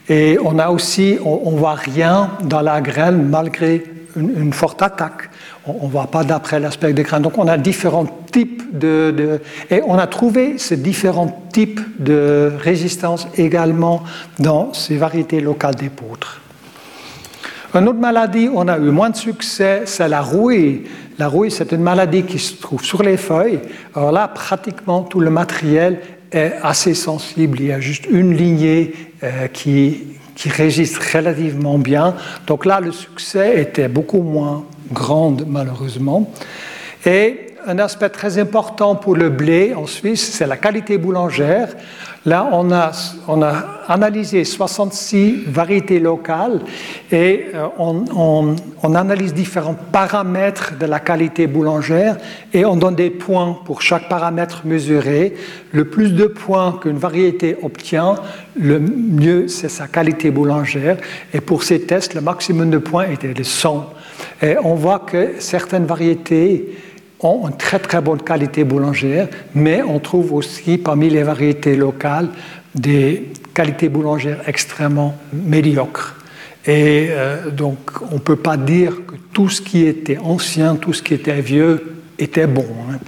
Et on a aussi, on ne voit rien dans la graine malgré une, une forte attaque. On ne voit pas d'après l'aspect des graines. Donc on a différents types de, de... Et on a trouvé ces différents types de résistance également dans ces variétés locales d'épeautre. Une autre maladie, on a eu moins de succès, c'est la rouille. La rouille, c'est une maladie qui se trouve sur les feuilles. Alors là, pratiquement tout le matériel est assez sensible. Il y a juste une lignée euh, qui, qui résiste relativement bien. Donc là, le succès était beaucoup moins grand, malheureusement. Et un aspect très important pour le blé en Suisse, c'est la qualité boulangère. Là, on a, on a analysé soixante-six variétés locales et on, on, on analyse différents paramètres de la qualité boulangère et on donne des points pour chaque paramètre mesuré. Le plus de points qu'une variété obtient, le mieux c'est sa qualité boulangère. Et pour ces tests, le maximum de points était de cent. Et on voit que certaines variétés ont une très très bonne qualité boulangère, mais on trouve aussi parmi les variétés locales des qualités boulangères extrêmement médiocres. Et euh, donc on ne peut pas dire que tout ce qui était ancien, tout ce qui était vieux était bon. Hein.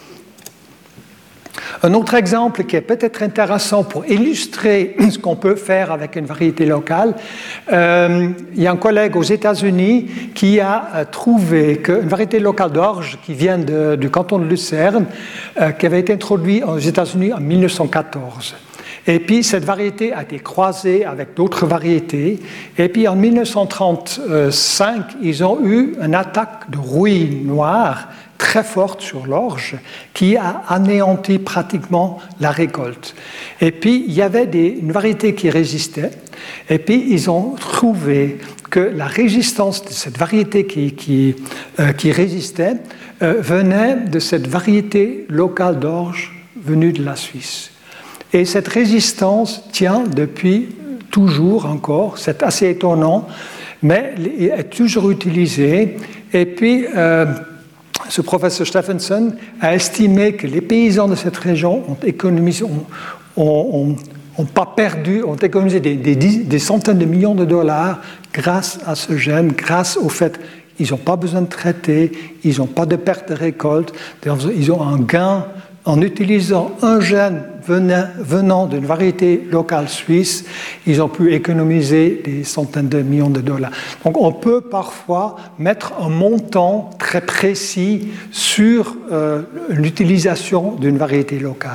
Un autre exemple qui est peut-être intéressant pour illustrer ce qu'on peut faire avec une variété locale, euh, il y a un collègue aux États-Unis qui a euh, trouvé qu'une variété locale d'orge qui vient de, du canton de Lucerne, euh, qui avait été introduite aux États-Unis en mille neuf cent quatorze. Et puis cette variété a été croisée avec d'autres variétés. Et puis en mille neuf cent trente-cinq, ils ont eu une attaque de rouille noire très forte sur l'orge qui a anéanti pratiquement la récolte. Et puis, il y avait des, une variété qui résistait. Et puis, ils ont trouvé que la résistance de cette variété qui, qui, euh, qui résistait euh, venait de cette variété locale d'orge venue de la Suisse. Et cette résistance tient depuis toujours encore. C'est assez étonnant, mais elle est toujours utilisée. Et puis, euh, ce professeur Stephenson a estimé que les paysans de cette région ont économisé, ont, ont, ont pas perdu, ont économisé des, des, des centaines de millions de dollars grâce à ce gène, grâce au fait qu'ils n'ont pas besoin de traiter, ils n'ont pas de perte de récolte, ils ont un gain en utilisant un gène venant, venant d'une variété locale suisse, ils ont pu économiser des centaines de millions de dollars. Donc on peut parfois mettre un montant très précis sur euh, l'utilisation d'une variété locale.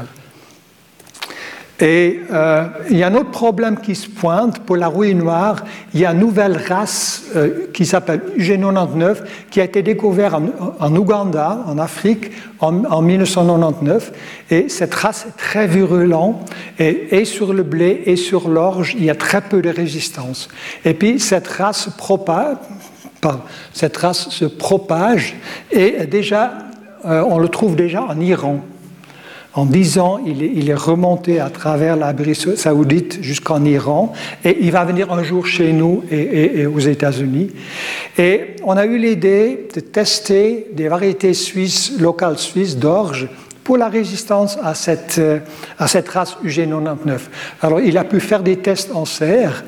Et euh, il y a un autre problème qui se pointe pour la rouille noire. Il y a une nouvelle race euh, qui s'appelle U G quatre-vingt-dix-neuf qui a été découverte en, en Ouganda, en Afrique, en, en mille neuf cent quatre-vingt-dix-neuf. Et cette race est très virulente. Et, et sur le blé et sur l'orge, il y a très peu de résistance. Et puis cette race se propage, pardon, cette race se propage et déjà, euh, on le trouve déjà en Iran. En dix ans, il est, il est remonté à travers l'Arabie saoudite jusqu'en Iran et il va venir un jour chez nous et, et, et aux États-Unis. Et on a eu l'idée de tester des variétés suisses, locales suisses d'orge pour la résistance à cette, à cette race U G quatre-vingt-dix-neuf. Alors, il a pu faire des tests en serre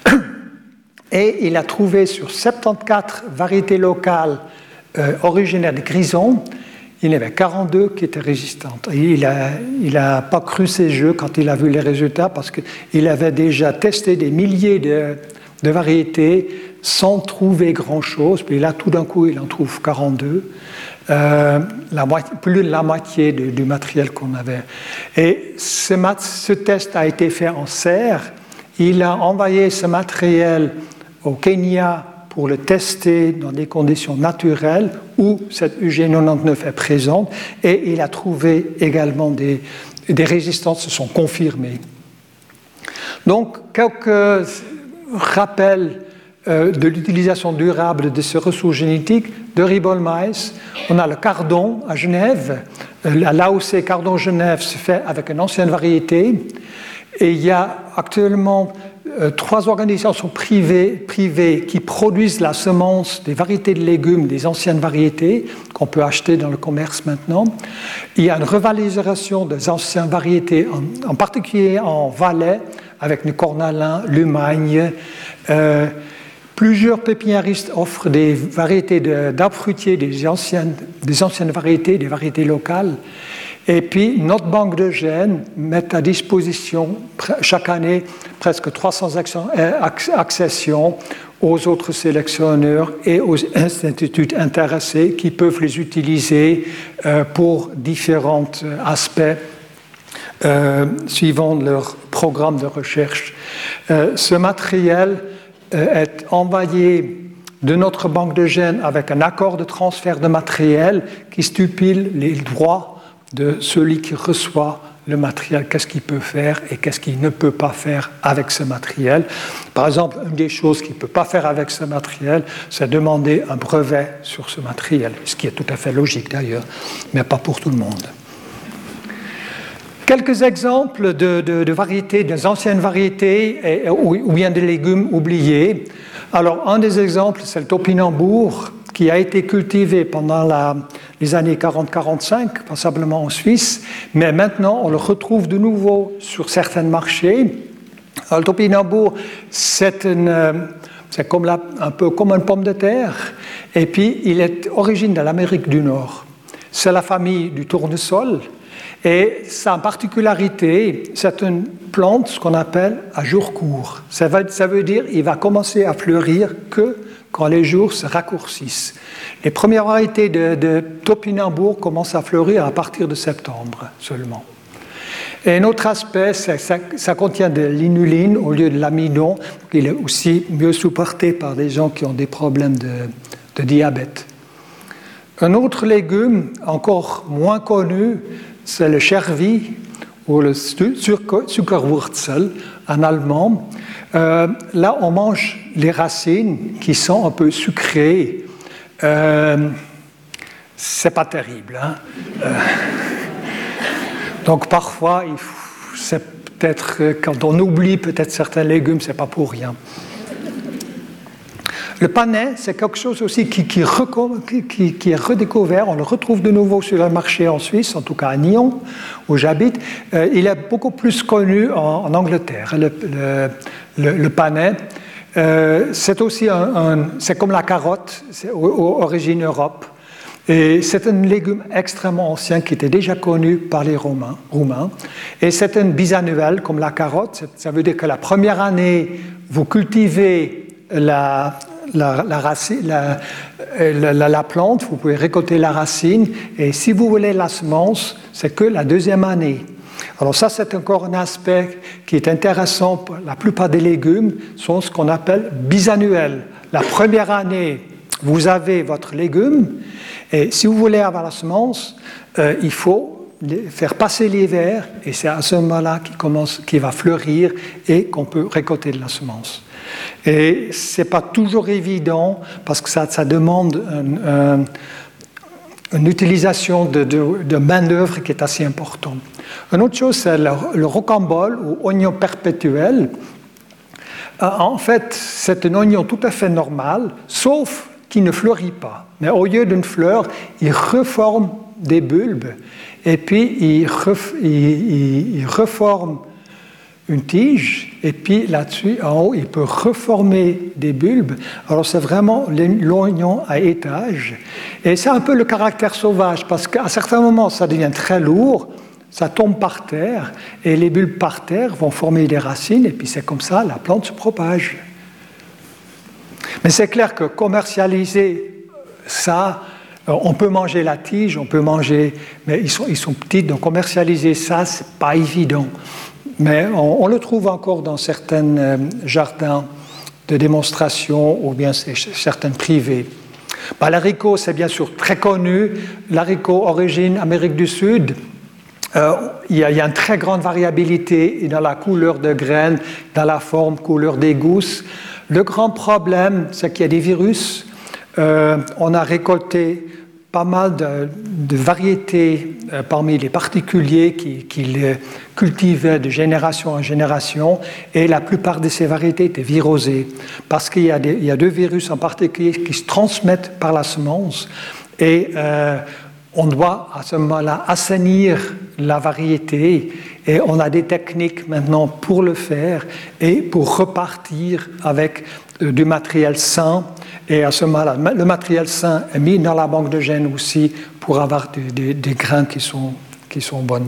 et il a trouvé sur soixante-quatorze variétés locales euh, originaires des grisons, il y en avait quarante-deux qui étaient résistantes. Et il n'a il a pas cru ses jeux quand il a vu les résultats parce qu'il avait déjà testé des milliers de, de variétés sans trouver grand-chose. Puis là, tout d'un coup, il en trouve quarante-deux. Euh, la moitié, plus de la moitié de, du matériel qu'on avait. Et ce, mat, ce test a été fait en serre. Il a envoyé ce matériel au Kenya pour le tester dans des conditions naturelles où cette U G quatre-vingt-dix-neuf est présente et il a trouvé également des, des résistances se sont confirmées. Donc, quelques rappels euh, de l'utilisation durable de ces ressources génétiques de ribole maïs. On a le cardon à Genève. L'A O C Cardon Genève se fait avec une ancienne variété et il y a actuellement Euh, trois organisations privées, privées qui produisent la semence des variétés de légumes, des anciennes variétés qu'on peut acheter dans le commerce maintenant. Il y a une revalorisation des anciennes variétés, en, en particulier en Valais, avec le cornalin, l'humagne. Euh, plusieurs pépiniéristes offrent des variétés d'arbres fruitiers, des anciennes, des anciennes variétés, des variétés locales. Et puis, notre banque de gènes met à disposition chaque année presque trois cents accessions aux autres sélectionneurs et aux instituts intéressés qui peuvent les utiliser euh, pour différents aspects euh, suivant leur programme de recherche. Euh, ce matériel euh, est envoyé de notre banque de gènes avec un accord de transfert de matériel qui stipule les droits de celui qui reçoit le matériel, qu'est-ce qu'il peut faire et qu'est-ce qu'il ne peut pas faire avec ce matériel. Par exemple, une des choses qu'il ne peut pas faire avec ce matériel, c'est demander un brevet sur ce matériel, ce qui est tout à fait logique d'ailleurs, mais pas pour tout le monde. Quelques exemples de, de, de variétés, des anciennes variétés et, ou, ou bien des légumes oubliés. Alors, un des exemples, c'est le topinambour, qui a été cultivé pendant la, les années quarante quarante-cinq, passablement en Suisse, mais maintenant on le retrouve de nouveau sur certains marchés. Alors, le topinambour, c'est, une, c'est comme la, un peu comme une pomme de terre, et puis il est origine de l'Amérique du Nord. C'est la famille du tournesol, et sa particularité, c'est une plante, ce qu'on appelle à jour court. Ça veut, ça veut dire qu'il va commencer à fleurir que quand les jours se raccourcissent. Les premières variétés de, de topinambour commencent à fleurir à partir de septembre seulement. Et un autre aspect, c'est que ça, ça contient de l'inuline au lieu de l'amidon. Il est aussi mieux supporté par des gens qui ont des problèmes de, de diabète. Un autre légume, encore moins connu, c'est le Chervi, ou le Zuckerwurzel en allemand. Euh, là, on mange les racines qui sont un peu sucrées. Euh, c'est pas terrible. Hein? Euh, donc parfois, il faut, c'est peut-être quand on oublie peut-être certains légumes, c'est pas pour rien. Le panais, c'est quelque chose aussi qui, qui, qui, qui est redécouvert. On le retrouve de nouveau sur le marché en Suisse, en tout cas à Nyon, où j'habite. Euh, il est beaucoup plus connu en, en Angleterre, le, le, le, le panais. Euh, c'est aussi un, un, c'est comme la carotte, c'est origine Europe. Et c'est un légume extrêmement ancien qui était déjà connu par les Romains. Roumains. Et c'est un bisannuel comme la carotte. Ça veut dire que la première année, vous cultivez la La, la, racine, la, la, la plante, vous pouvez récolter la racine, et si vous voulez la semence, c'est que la deuxième année. Alors ça, c'est encore un aspect qui est intéressant. La plupart des légumes sont ce qu'on appelle bisannuels. La première année, vous avez votre légume, et si vous voulez avoir la semence, euh, il faut faire passer l'hiver, et c'est à ce moment-là qu'il commence, qu'il va fleurir et qu'on peut récolter de la semence. Et ce n'est pas toujours évident parce que ça, ça demande un, un, une utilisation de, de, de main-d'œuvre qui est assez importante. Une autre chose, c'est le, le rocambole ou oignon perpétuel. En fait, c'est un oignon tout à fait normal, sauf qu'il ne fleurit pas. Mais au lieu d'une fleur, il reforme des bulbes et puis il, ref, il, il, il reforme une tige, et puis là-dessus, en haut, il peut reformer des bulbes. Alors c'est vraiment l'oignon à étage. Et c'est un peu le caractère sauvage, parce qu'à certains moments, ça devient très lourd, ça tombe par terre, et les bulbes par terre vont former des racines, et puis c'est comme ça, la plante se propage. Mais c'est clair que commercialiser ça, on peut manger la tige, on peut manger, mais ils sont, ils sont petits, donc commercialiser ça, c'est pas évident. Mais on, on le trouve encore dans certains euh, jardins de démonstration ou bien certains privés. Bah, l'haricot, c'est bien sûr très connu. L'haricot origine Amérique du Sud. Euh, il, y a, il y a une très grande variabilité dans la couleur de graines, dans la forme, couleur des gousses. Le grand problème, c'est qu'il y a des virus. Euh, on a récolté pas mal de, de variétés euh, parmi les particuliers qui, qui les cultivaient de génération en génération, et la plupart de ces variétés étaient virosées, parce qu'il y a, des, il y a deux virus en particulier qui se transmettent par la semence, et euh, on doit à ce moment-là assainir la variété, Et on a des techniques maintenant pour le faire et pour repartir avec euh, du matériel sain. Et à ce moment-là, le matériel sain est mis dans la banque de gènes aussi pour avoir des, des, des grains qui sont, qui sont bonnes.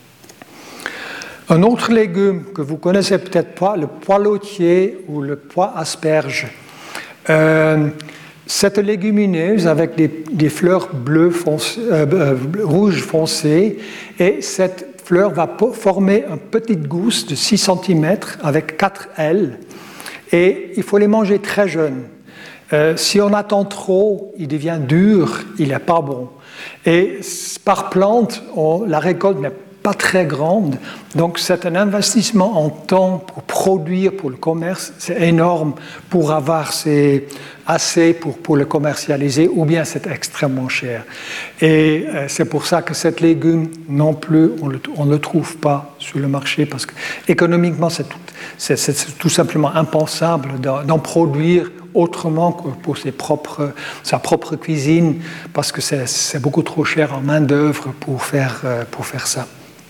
Un autre légume que vous connaissez peut-être pas, le pois lautier ou le pois asperge. Euh, cette légumineuse avec des, des fleurs bleues foncé, euh, euh, rouges foncées, et cette fleur va former une petite gousse de six centimètres avec quatre ailes, et il faut les manger très jeunes. Euh, si on attend trop, il devient dur, il n'est pas bon. Et par plante, on, la récolte n'est pas très grande, donc c'est un investissement en temps pour produire pour le commerce, c'est énorme pour avoir ces, assez pour, pour le commercialiser, ou bien c'est extrêmement cher. Et euh, c'est pour ça que cet légume non plus, on ne le trouve pas sur le marché, parce qu'économiquement c'est tout, c'est, c'est tout simplement impensable d'en, d'en produire autrement que pour ses propres, sa propre cuisine, parce que c'est, c'est beaucoup trop cher en main-d'œuvre pour faire, euh, pour faire ça.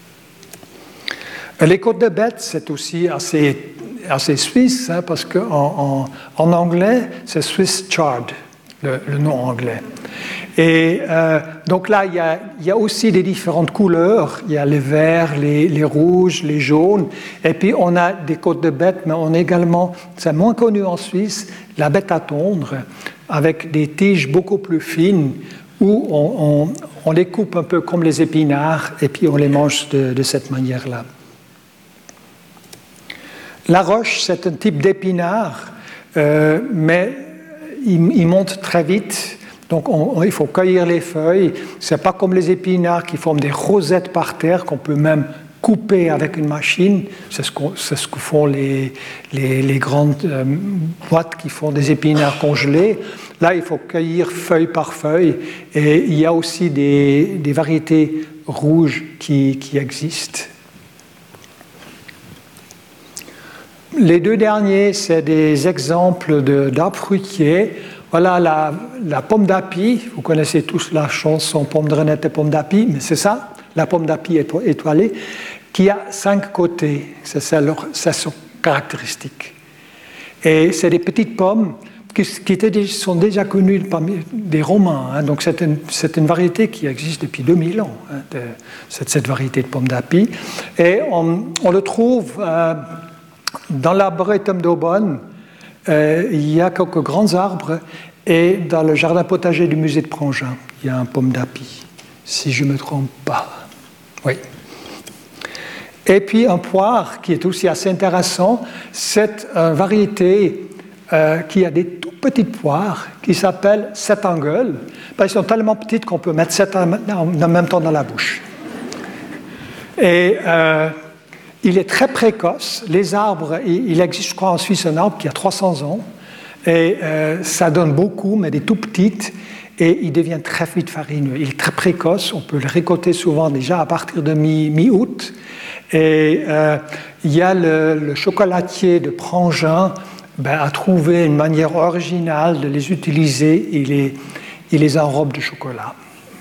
Les côtes de bête, c'est aussi assez, assez suisse, hein, parce qu'en en, en anglais, c'est Swiss chard, le, le nom anglais. Et euh, donc là, il y, a, il y a aussi des différentes couleurs. Il y a les verts, les, les rouges, les jaunes. Et puis, on a des côtes de bête, mais on a également, c'est moins connu en Suisse, la bête à tondre, avec des tiges beaucoup plus fines, où on, on, on les coupe un peu comme les épinards, et puis on les mange de, de cette manière-là. La roche, c'est un type d'épinard, euh, mais il, il monte très vite, donc on, on, il faut cueillir les feuilles. Ce n'est pas comme les épinards qui forment des rosettes par terre, qu'on peut même couper avec une machine. C'est ce, c'est ce que font les, les, les grandes euh, boîtes qui font des épinards congelés. Là, il faut cueillir feuille par feuille, et il y a aussi des, des variétés rouges qui, qui existent. Les deux derniers, c'est des exemples de, d'arbres fruitiers. Voilà la, la pomme d'api. Vous connaissez tous la chanson Pomme de Renette et Pomme d'api, mais c'est ça, la pomme d'api étoilée, qui a cinq côtés. C'est ça, leur, ça son caractéristique. Et c'est des petites pommes qui, qui étaient, sont déjà connues parmi des Romains. Hein. Donc c'est une, c'est une variété qui existe depuis deux mille ans, hein, de, cette, cette variété de pomme d'api. Et on, on le trouve... Euh, Dans l'arboretum d'Aubonne, euh, il y a quelques grands arbres, et dans le jardin potager du musée de Prangin, il y a un pomme d'api, si je ne me trompe pas. Oui. Et puis un poire qui est aussi assez intéressant, c'est une variété euh, qui a des tout petites poires qui s'appellent sept en gueule. Elles sont tellement petites qu'on peut mettre sept en, en même temps dans la bouche. Et euh, il est très précoce. Les arbres, il existe, je crois, en Suisse un arbre qui a trois cents ans. Et euh, ça donne beaucoup, mais des tout petites. Et il devient très vite farineux. Il est très précoce. On peut le récolter souvent déjà à partir de mi, mi-août. Et euh, il y a le, le chocolatier de Prangin ben, a trouvé une manière originale de les utiliser. Il les, il les enrobe de chocolat.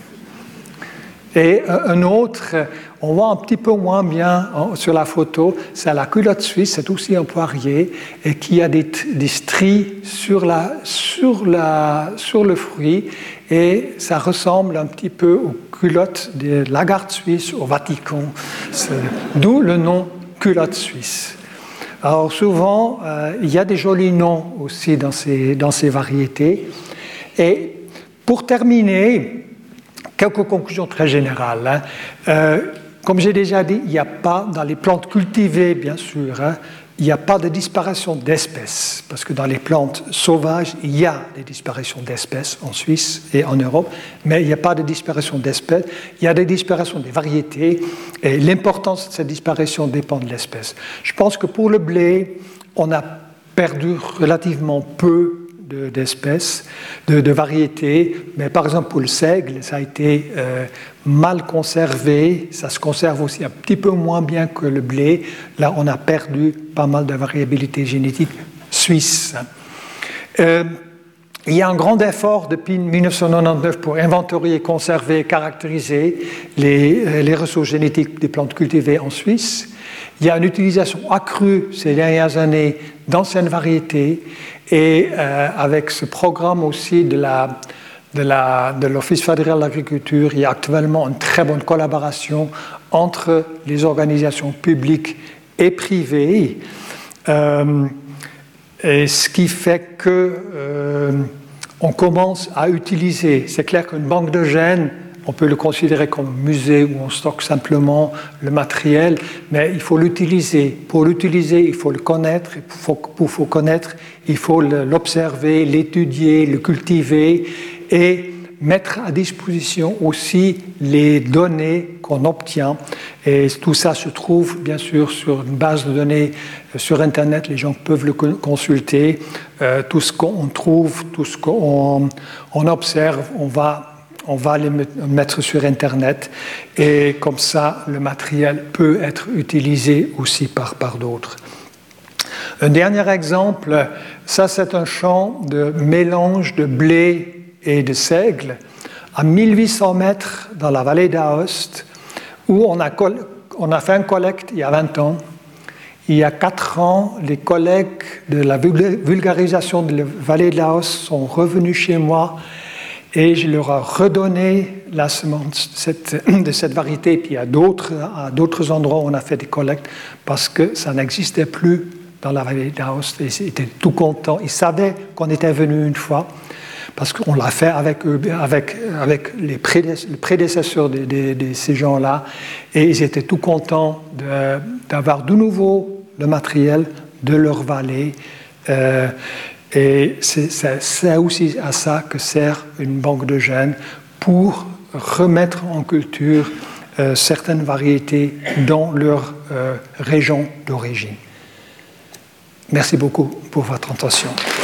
Et un autre, on voit un petit peu moins bien sur la photo, c'est la culotte suisse, c'est aussi un poirier, et qui a des, des stries sur, la, sur, la, sur le fruit, et ça ressemble un petit peu aux culottes de la garde suisse au Vatican, d'où le nom culotte suisse. Alors souvent, euh, il y a des jolis noms aussi dans ces, dans ces variétés. Et pour terminer, quelques conclusions très générales. Hein. Euh, comme j'ai déjà dit, il n'y a pas, dans les plantes cultivées, bien sûr, hein, il n'y a pas de disparition d'espèces, parce que dans les plantes sauvages, il y a des disparitions d'espèces en Suisse et en Europe, mais il n'y a pas de disparition d'espèces, il y a des disparitions des variétés, et l'importance de cette disparition dépend de l'espèce. Je pense que pour le blé, on a perdu relativement peu De, d'espèces, de, de variétés, mais par exemple pour le seigle, ça a été euh, mal conservé, ça se conserve aussi un petit peu moins bien que le blé. Là, on a perdu pas mal de variabilité génétique suisse. Euh, Il y a un grand effort depuis mille neuf cent quatre-vingt-dix-neuf pour inventorier, conserver, caractériser les, les ressources génétiques des plantes cultivées en Suisse. Il y a une utilisation accrue ces dernières années d'anciennes variétés et euh, avec ce programme aussi de la, de la, de l'Office fédéral de l'agriculture, il y a actuellement une très bonne collaboration entre les organisations publiques et privées. Euh, Et ce qui fait que euh, on commence à utiliser, c'est clair qu'une banque de gènes, on peut le considérer comme musée où on stocke simplement le matériel, mais il faut l'utiliser. Pour l'utiliser, il faut le connaître. Pour, pour, pour connaître, il faut l'observer, l'étudier, le cultiver et mettre à disposition aussi les données qu'on obtient. Et tout ça se trouve, bien sûr, sur une base de données sur Internet. Les gens peuvent le consulter. Euh, tout ce qu'on trouve, tout ce qu'on on observe, on va, on va les mettre sur Internet. Et comme ça, le matériel peut être utilisé aussi par, par d'autres. Un dernier exemple, ça c'est un champ de mélange de blé et de seigle à mille huit cents mètres dans la vallée d'Aoste, où on a, on a fait une collecte il y a vingt ans. Il y a quatre ans, les collègues de la vulgarisation de la vallée de l'Aoste sont revenus chez moi et je leur ai redonné la semence cette, de cette variété. Puis à d'autres, à d'autres endroits, on a fait des collectes parce que ça n'existait plus dans la vallée d'Aoste. Et ils étaient tout contents. Ils savaient qu'on était venu une fois, parce qu'on l'a fait avec, eux, avec, avec les, prédécesseurs, les prédécesseurs de, de, de ces gens-là, et ils étaient tout contents de, d'avoir de nouveau le matériel de leur vallée. Euh, et c'est, c'est, c'est aussi à ça que sert une banque de gènes, pour remettre en culture euh, certaines variétés dans leur euh, région d'origine. Merci beaucoup pour votre attention.